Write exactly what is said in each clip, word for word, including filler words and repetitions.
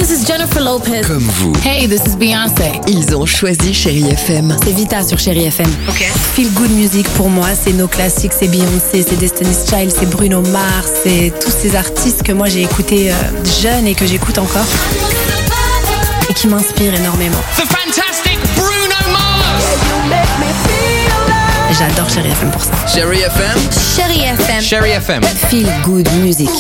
this is Jennifer Lopez. Comme vous. Hey, this is Beyoncé. Ils ont choisi Chérie F M. C'est Vita sur Chérie F M. Ok. Feel good music pour moi, c'est nos classiques, c'est Beyoncé, c'est Destiny's Child, c'est Bruno Mars, c'est tous ces artistes que moi j'ai écoutés euh, jeune et que j'écoute encore et qui m'inspirent énormément. The fantastic Bruno Mars. J'adore Chérie F M pour ça. Chérie F M. Chérie F M. Chérie F M. Feel good music.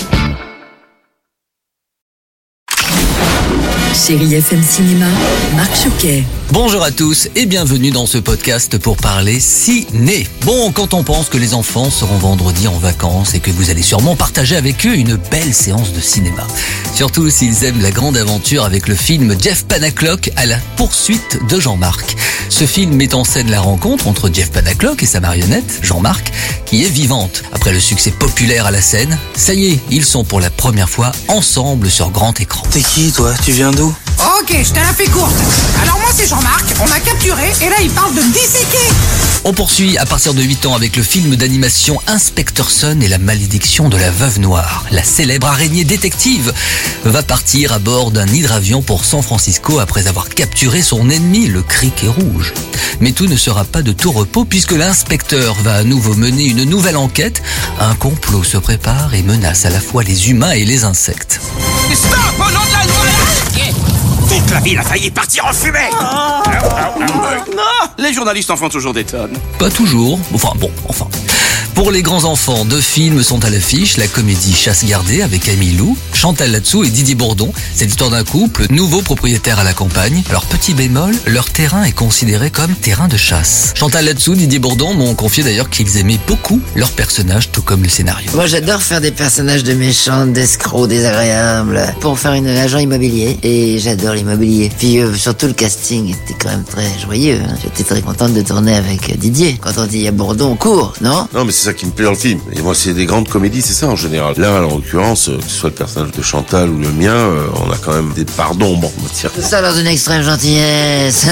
Chérie F M Cinéma, Marc Choquet. Bonjour à tous et bienvenue dans ce podcast pour parler ciné. Bon, quand on pense que les enfants seront vendredi en vacances et que vous allez sûrement partager avec eux une belle séance de cinéma. Surtout s'ils aiment la grande aventure avec le film Jeff Panaclock à la poursuite de Jean-Marc. Ce film met en scène la rencontre entre Jeff Panaclock et sa marionnette, Jean-Marc, qui est vivante. Après le succès populaire à la scène, ça y est, ils sont pour la première fois ensemble sur grand écran. T'es qui toi? Tu viens d'où? Ok, je te la fais courte. Alors moi c'est Jean-Marc, on m'a capturé et là il parle de me disséquer. On poursuit à partir de huit ans avec le film d'animation Inspecteur Sun et la malédiction de la veuve noire. La célèbre araignée détective va partir à bord d'un hydravion pour San Francisco après avoir capturé son ennemi, le criquet rouge. Mais tout ne sera pas de tout repos puisque l'inspecteur va à nouveau mener une nouvelle enquête. Un complot se prépare et menace à la fois les humains et les insectes. Stop au nom de la loi. Toute la ville a failli partir en fumée. Non, les journalistes en font toujours des tonnes. Pas toujours, enfin bon, enfin... Pour les grands enfants, deux films sont à l'affiche. La comédie Chasse gardée avec Camille Lou, Chantal Latsou et Didier Bourdon. C'est l'histoire d'un couple, nouveau propriétaire à la campagne. Alors petit bémol, leur terrain est considéré comme terrain de chasse. Chantal Latsou, Didier Bourdon m'ont confié d'ailleurs qu'ils aimaient beaucoup leur personnage, tout comme le scénario. Moi j'adore faire des personnages de méchants, d'escrocs, désagréables, pour faire une agent immobilier. Et j'adore l'immobilier. Puis euh, surtout le casting était quand même très joyeux. Hein. J'étais très contente de tourner avec Didier. Quand on dit il y a Bourdon, on court, non? Non mais c'est ça qui me plaît dans le film. Et moi, c'est des grandes comédies, c'est ça en général. Là, en l'occurrence, que ce soit le personnage de Chantal ou le mien, euh, on a quand même des parts d'ombre, on va dire. Tout ça dans une extrême gentillesse.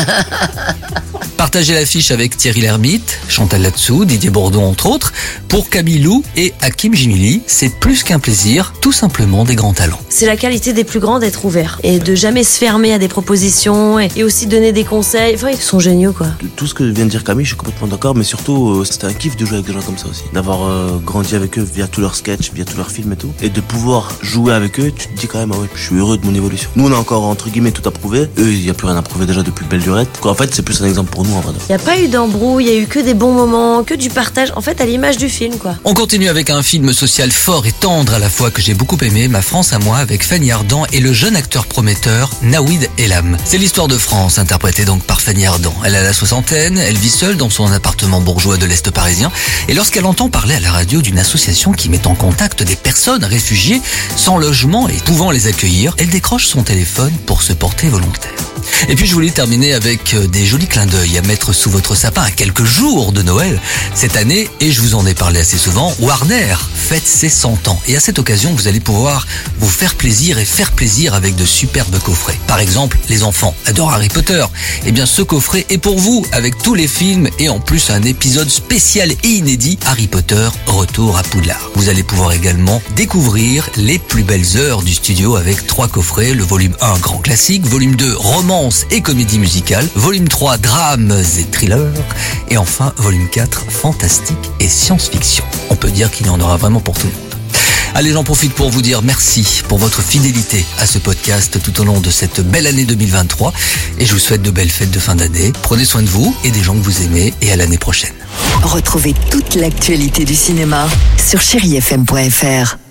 Partagez l'affiche avec Thierry Lhermitte, Chantal Latsou, Didier Bourdon entre autres. Pour Camille Lou et Hakim Djimili, c'est plus qu'un plaisir, tout simplement des grands talents. C'est la qualité des plus grands d'être ouvert et de jamais se fermer à des propositions et, et aussi donner des conseils. Enfin, ils sont géniaux quoi. Tout ce que vient de dire Camille, je suis complètement d'accord, mais surtout, euh, c'était un kiff de jouer avec des gens comme ça aussi. D'avoir euh, grandi avec eux via tous leurs sketchs, via tous leurs films et tout. Et de pouvoir jouer avec eux, tu te dis quand même, ah ouais, je suis heureux de mon évolution. Nous, on a encore, entre guillemets, tout à prouver. Eux, il n'y a plus rien à prouver déjà depuis belle lurette. En fait, c'est plus un exemple pour nous, en vrai. Il n'y a pas eu d'embrouille, il y a eu que des bons moments, que du partage, en fait, à l'image du film, quoi. On continue avec un film social fort et tendre à la fois que j'ai beaucoup aimé, Ma France à moi, avec Fanny Ardant et le jeune acteur prometteur Nawid Elam. C'est l'histoire de France, interprétée donc par Fanny Ardant. Elle a la soixantaine, elle vit seule dans son appartement bourgeois de l'Est parisien, et lorsqu'elle entend parler à la radio d'une association qui met en contact des personnes réfugiées sans logement et pouvant les accueillir, elle décroche son téléphone pour se porter volontaire. Et puis je voulais terminer avec des jolis clins d'œil à mettre sous votre sapin à quelques jours de Noël. Cette année, et je vous en ai parlé assez souvent, Warner fête ses cent ans. Et à cette occasion, vous allez pouvoir vous faire plaisir et faire plaisir avec de superbes coffrets. Par exemple, les enfants adorent Harry Potter. Eh bien, ce coffret est pour vous, avec tous les films et en plus un épisode spécial et inédit, Harry Potter, Retour à Poudlard. Vous allez pouvoir également découvrir les plus belles heures du studio avec trois coffrets. Le volume un, grand classique, volume deux, romance et comédie musicale, volume trois, drames et thrillers, et enfin, volume quatre, fantastique et science-fiction. On peut dire qu'il y en aura vraiment pour tout le monde. Allez, j'en profite pour vous dire merci pour votre fidélité à ce podcast tout au long de cette belle année deux mille vingt-trois, et je vous souhaite de belles fêtes de fin d'année. Prenez soin de vous et des gens que vous aimez, et à l'année prochaine. Retrouvez toute l'actualité du cinéma sur chéri f m point f r.